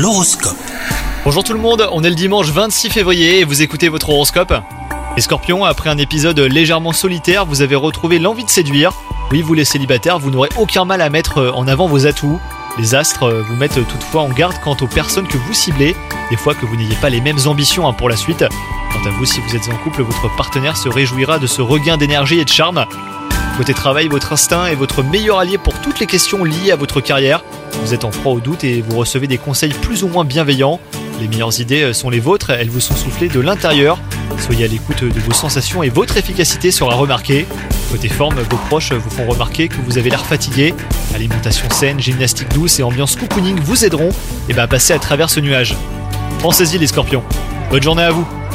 L'horoscope. Bonjour tout le monde, on est le dimanche 26 février et vous écoutez votre horoscope. Les Scorpions, après un épisode légèrement solitaire, vous avez retrouvé l'envie de séduire. Oui, vous les célibataires, vous n'aurez aucun mal à mettre en avant vos atouts. Les astres vous mettent toutefois en garde quant aux personnes que vous ciblez, des fois que vous n'ayez pas les mêmes ambitions pour la suite. Quant à vous, si vous êtes en couple, votre partenaire se réjouira de ce regain d'énergie et de charme. Côté travail, votre instinct est votre meilleur allié pour toutes les questions liées à votre carrière. Vous êtes en proie au doute et vous recevez des conseils plus ou moins bienveillants. Les meilleures idées sont les vôtres, elles vous sont soufflées de l'intérieur. Soyez à l'écoute de vos sensations et votre efficacité sera remarquée. Côté forme, vos proches vous font remarquer que vous avez l'air fatigué. Alimentation saine, gymnastique douce et ambiance cocooning vous aideront à passer à travers ce nuage. Pensez-y les Scorpions. Bonne journée à vous.